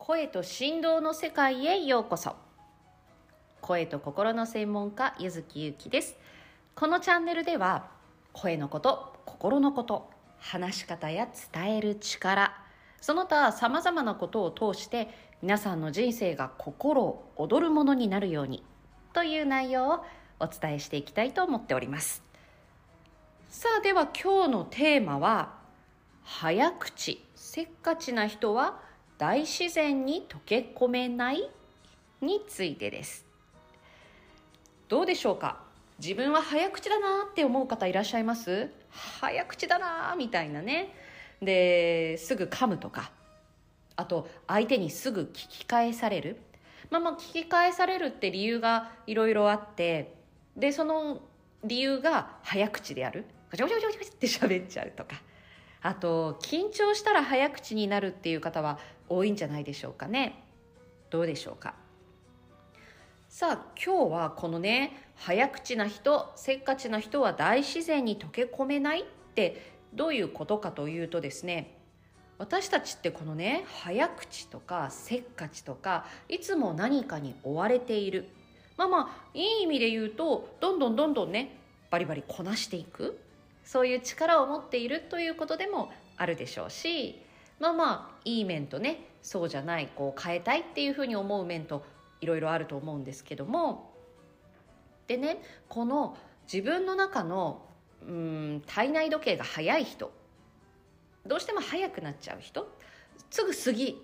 声と振動の世界へようこそ。声と心の専門家、柚木ゆきです。このチャンネルでは声のこと、心のこと、話し方や伝える力、その他さまざまなことを通して皆さんの人生が心躍るものになるようにという内容をお伝えしていきたいと思っております。さあ、では今日のテーマは、早口せっかちな人は大自然に溶け込めないについてです。どうでしょうか。自分は早口だなって思う方いらっしゃいます？早口だなみたいなね。ですぐ噛むとか、あと相手にすぐ聞き返される。聞き返されるって理由がいろいろあって、でその理由が早口である、ガチャガチャガチャガチャって喋っちゃうとか、あと緊張したら早口になるっていう方は多いんじゃないでしょうかね。どうでしょうか。さあ、今日はこのね、早口な人、せっかちな人は大自然に溶け込めないってどういうことかというとですね、私たちってこのね、早口とかせっかちとかいつも何かに追われている、いい意味で言うとどんどんね、バリバリこなしていく、そういう力を持っているということでもあるでしょうし、いい面とね、そうじゃない、変えたいっていうふうに思う面といろいろあると思うんですけども、でね、この自分の中の体内時計が早い人、どうしても早くなっちゃう人、すぐ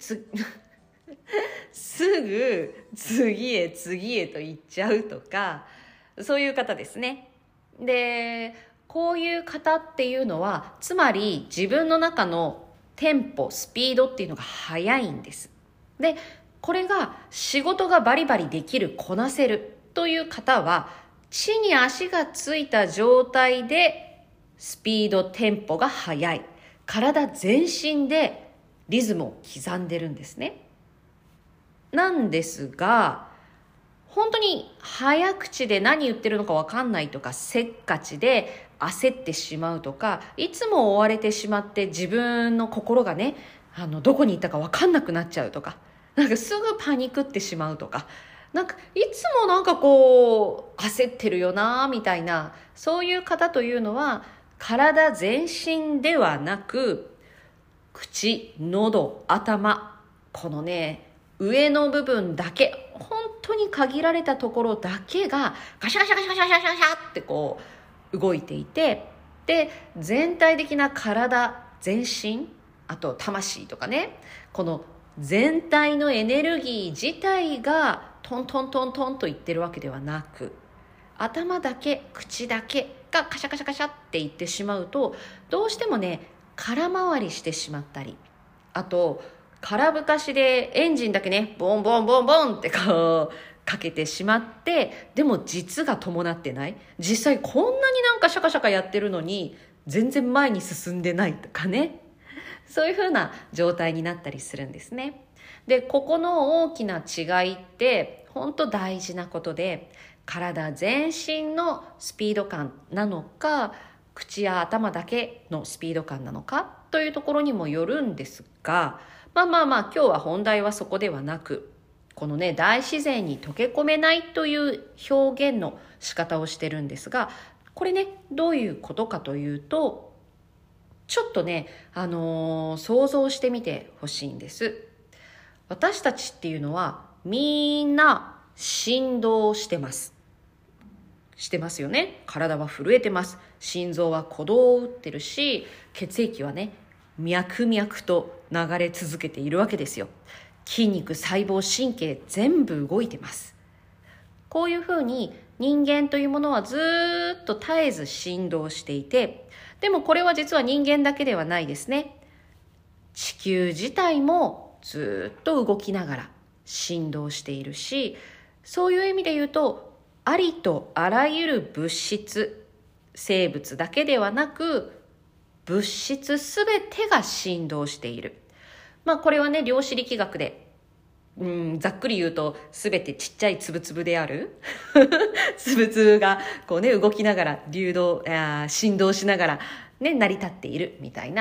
次へ次へと行っちゃうとか、そういう方ですね。でこういう方っていうのは、つまり自分の中のテンポ、スピードっていうのが速いんです。でこれが仕事がバリバリできる、こなせるという方は、地に足がついた状態でスピード、テンポが速い、体全身でリズムを刻んでるんですね。なんですが、本当に早口で何言ってるのか分かんないとか、せっかちで焦ってしまうとか、いつも追われてしまって自分の心がね、どこに行ったか分かんなくなっちゃうとか、すぐパニクってしまうとか、いつも焦ってるよなみたいな、そういう方というのは、体全身ではなく、口、喉、頭、このね、上の部分だけ、本当に限られたところだけがガシャガシャガシャガシャガシャガシャって動いていて、で全体的な体全身、あと魂とかね、この全体のエネルギー自体がトントントントンといってるわけではなく、頭だけ、口だけがカシャカシャカシャっていってしまうと、どうしてもね、空回りしてしまったり、あと空ぶかしでエンジンだけね、ボンボンボンボンってかけてしまって、でも実が伴ってない、実際こんなにシャカシャカやってるのに全然前に進んでないとかね、そういう風な状態になったりするんですね。でここの大きな違いって本当大事なことで、体全身のスピード感なのか、口や頭だけのスピード感なのかというところにもよるんですが、今日は本題はそこではなく、このね、大自然に溶け込めないという表現の仕方をしてるんですが、これね、どういうことかというと、ちょっとね、想像してみてほしいんです。私たちっていうのはみんな振動してますよね。体は震えてます。心臓は鼓動を打ってるし、血液はね、脈々と流れ続けているわけですよ。筋肉、細胞、神経全部動いてます。こういうふうに人間というものはずっと絶えず振動していて、でもこれは実は人間だけではないですね。地球自体もずっと動きながら振動しているし、そういう意味で言うと、ありとあらゆる物質、生物だけではなく、物質すべてが振動している。これはね、量子力学でざっくり言うと、すべてちっちゃいつぶつぶであるつぶつぶが動きながら振動しながら、ね、成り立っているみたいな、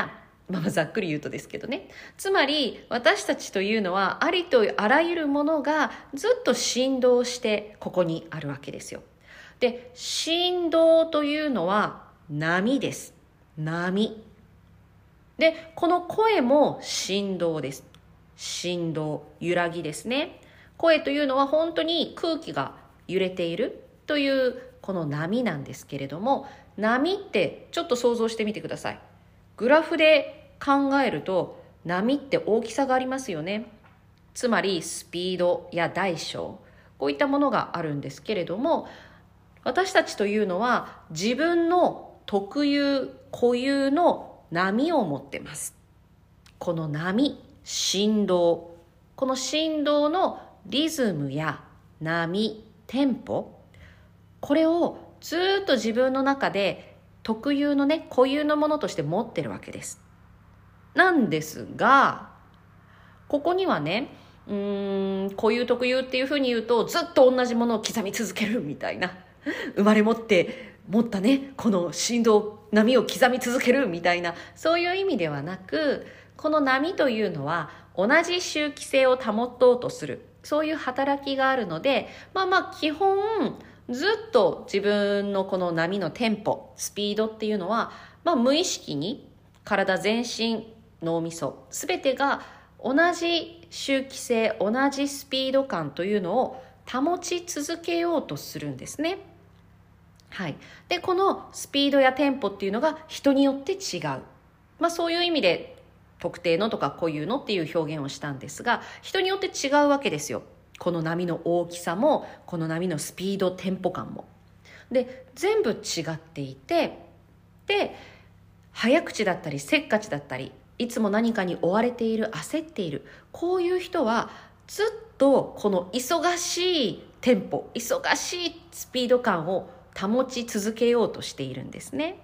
ざっくり言うとですけどね。つまり私たちというのはありとあらゆるものがずっと振動してここにあるわけですよ。で、振動というのは波です。波。で、この声も振動です。振動、揺らぎですね。声というのは本当に空気が揺れているというこの波なんですけれども、波ってちょっと想像してみてください。グラフで考えると波って大きさがありますよね。つまりスピードや大小、こういったものがあるんですけれども、私たちというのは自分の特有固有の波を持ってます。この波、振動、この振動のリズムや波、テンポ、これをずっと自分の中で特有のね、固有のものとして持ってるわけです。なんですが、ここにはね、固有特有っていうふうに言うと、ずっと同じものを刻み続けるみたいな、生まれ持って持ったね、この振動、波を刻み続けるみたいな、そういう意味ではなく、この波というのは同じ周期性を保とうとする、そういう働きがあるので、基本ずっと自分のこの波のテンポ、スピードっていうのは、無意識に体全身、脳みそ全てが同じ周期性、同じスピード感というのを保ち続けようとするんですね。はい。で、このスピードやテンポっていうのが人によって違う。そういう意味で特定のとか固有のっていう表現をしたんですが、人によって違うわけですよ。この波の大きさも、この波のスピード、テンポ感も。で、全部違っていて、で、早口だったり、せっかちだったり、いつも何かに追われている、焦っている、こういう人はずっとこの忙しいテンポ、忙しいスピード感を保ち続けようとしているんですね。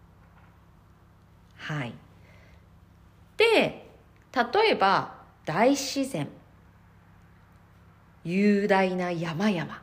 はい。で、例えば大自然、雄大な山々、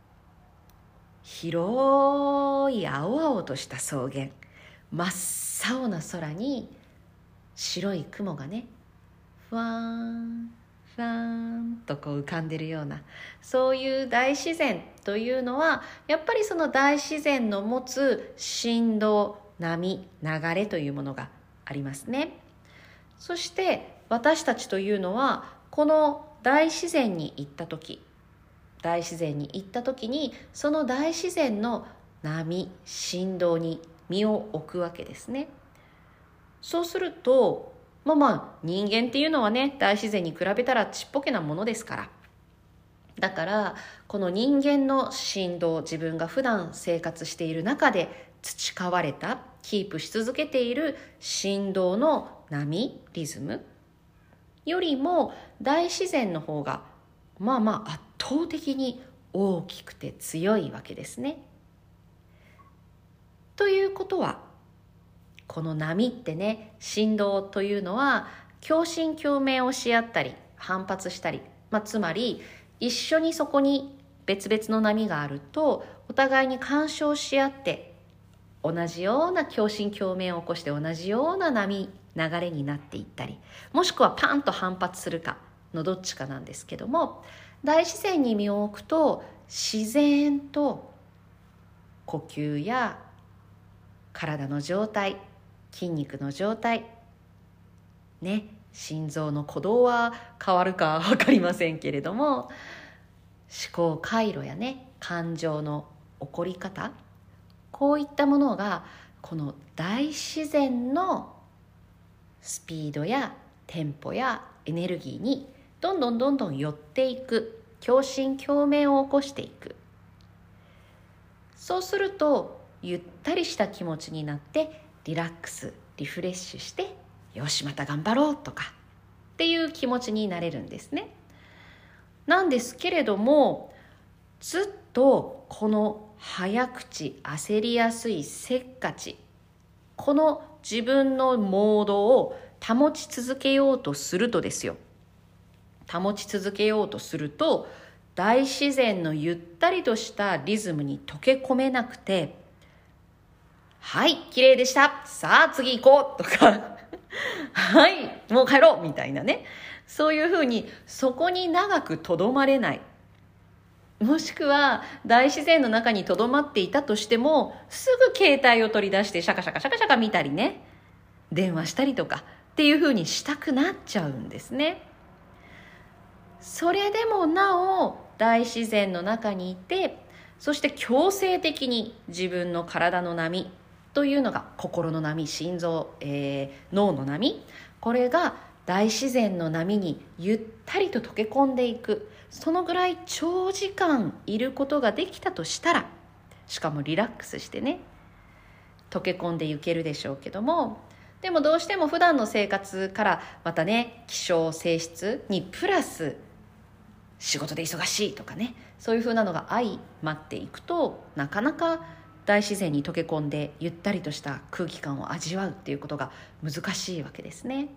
広い青々とした草原、真っ青な空に白い雲がね、ふわーんふわーんとこう浮かんでるような、そういう大自然というのはやっぱりその大自然の持つ振動、波、流れというものがありますね。そして私たちというのはこの大自然に行った時にその大自然の波、振動に身を置くわけですね。そうすると人間っていうのはね、大自然に比べたらちっぽけなものですから、だからこの人間の振動、自分が普段生活している中で培われた、キープし続けている振動の波、リズムよりも大自然の方が圧倒的に大きくて強いわけですね。ということは、この波ってね、振動というのは共振共鳴をし合ったり反発したり、つまり一緒にそこに別々の波があるとお互いに干渉し合って同じような共振共鳴を起こして同じような波、流れになっていったり、もしくはパンと反発するかのどっちかなんですけども、大自然に身を置くと自然と呼吸や体の状態、筋肉の状態ね、心臓の鼓動は変わるか分かりませんけれども、思考回路やね、感情の起こり方、こういったものがこの大自然のスピードやテンポやエネルギーにどんどん寄っていく、共振共鳴を起こしていく。そうするとゆったりした気持ちになってリラックス、リフレッシュして、よしまた頑張ろうとかっていう気持ちになれるんですね。なんですけれども、ずっとこの早口、焦りやすいせっかち、この自分のモードを保ち続けようとするとですよ、保ち続けようとすると大自然のゆったりとしたリズムに溶け込めなくて、はい、綺麗でした。さあ次行こうとかはい、もう帰ろうみたいなね。そういうふうにそこに長くとどまれない。もしくは大自然の中にとどまっていたとしても、すぐ携帯を取り出してシャカシャカシャカシャカ見たりね、電話したりとかっていうふうにしたくなっちゃうんですね。それでもなお大自然の中にいて、そして強制的に自分の体の波というのが心の波、心臓、脳の波、これが大自然の波にゆったりと溶け込んでいく、そのぐらい長時間いることができたとしたら、しかもリラックスしてね、溶け込んでいけるでしょうけども、でもどうしても普段の生活からまたね、気象性質にプラス仕事で忙しいとかね、そういう風なのが相まっていくと、なかなか大自然に溶け込んでゆったりとした空気感を味わうっていうことが難しいわけですね。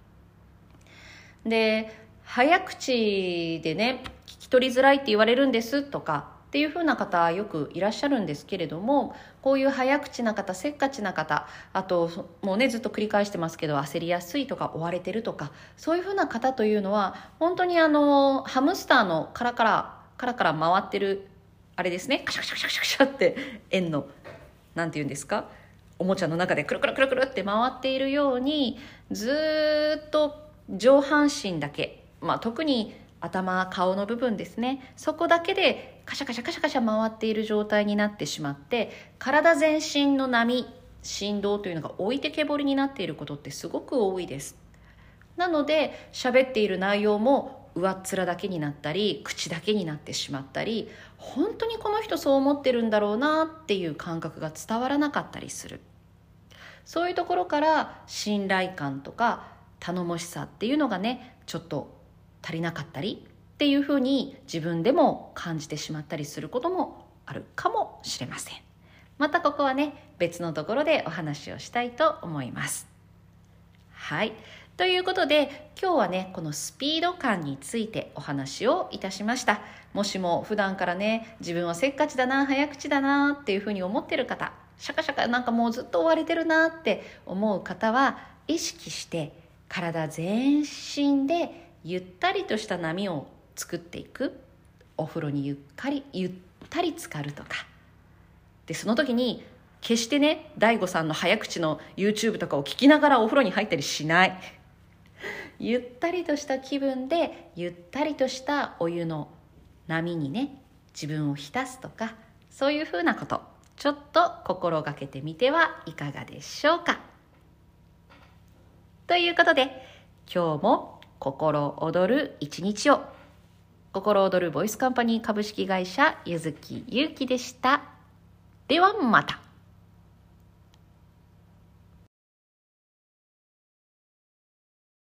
で、早口でね、聞き取りづらいって言われるんですとかっていう風な方よくいらっしゃるんですけれども、こういう早口な方、せっかちな方、あともうねずっと繰り返してますけど、焦りやすいとか追われてるとか、そういう風な方というのは本当にハムスターのカラカラ回ってるあれですね、カシャカシャカシャカシャって円のなんていうんですか、おもちゃの中でくるくるくるくるって回っているように、ずっと上半身だけ、特に頭、顔の部分ですね、そこだけでカシャカシャカシャカシャ回っている状態になってしまって、体全身の波、振動というのが置いてけぼりになっていることってすごく多いです。なので喋っている内容も上っ面だけになったり、口だけになってしまったり、本当にこの人そう思ってるんだろうなっていう感覚が伝わらなかったりする。そういうところから信頼感とか頼もしさっていうのがね、ちょっと足りなかったりっていうふうに自分でも感じてしまったりすることもあるかもしれません。またここはね、別のところでお話をしたいと思います。はい、ということで今日はね、このスピード感についてお話をいたしました。もしも普段からね、自分はせっかちだな、早口だなっていうふうに思ってる方、シャカシャカなんかもうずっと追われてるなって思う方は、意識して体全身でゆったりとした波を作っていく。お風呂にゆったり浸かるとかで、その時に決してね、大悟さんの早口の YouTube とかを聞きながらお風呂に入ったりしない。ゆったりとした気分で、ゆったりとしたお湯の波にね、自分を浸すとか、そういうふうなことちょっと心がけてみてはいかがでしょうか。ということで、今日も心躍る一日を。心躍るボイスカンパニー株式会社ゆずきゆうきでした。ではまた。